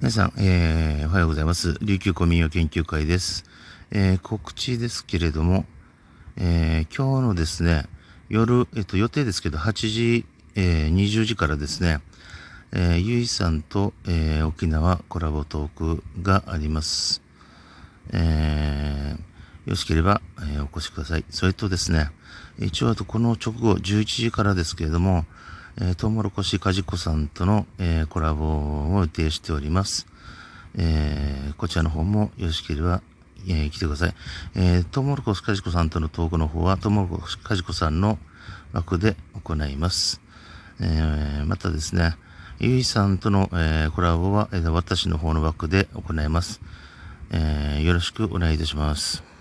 皆さん、おはようございます。琉球古民謡研究会です。告知ですけれども、今日のですね、夜、予定ですけど、8時、20時からですね、ゆいさんと、沖縄コラボトークがあります。よろしければ、お越しください。それとですね、一応この直後11時からですけれども、トウモロコシかじこさんとの、コラボを予定しております。こちらの方もよろしければ、来てください。トウモロコシかじこさんとのトークの方は、トウモロコシかじこさんの枠で行います。またですね、ゆいさんとの、コラボは、私の方の枠で行います。よろしくお願いいたします。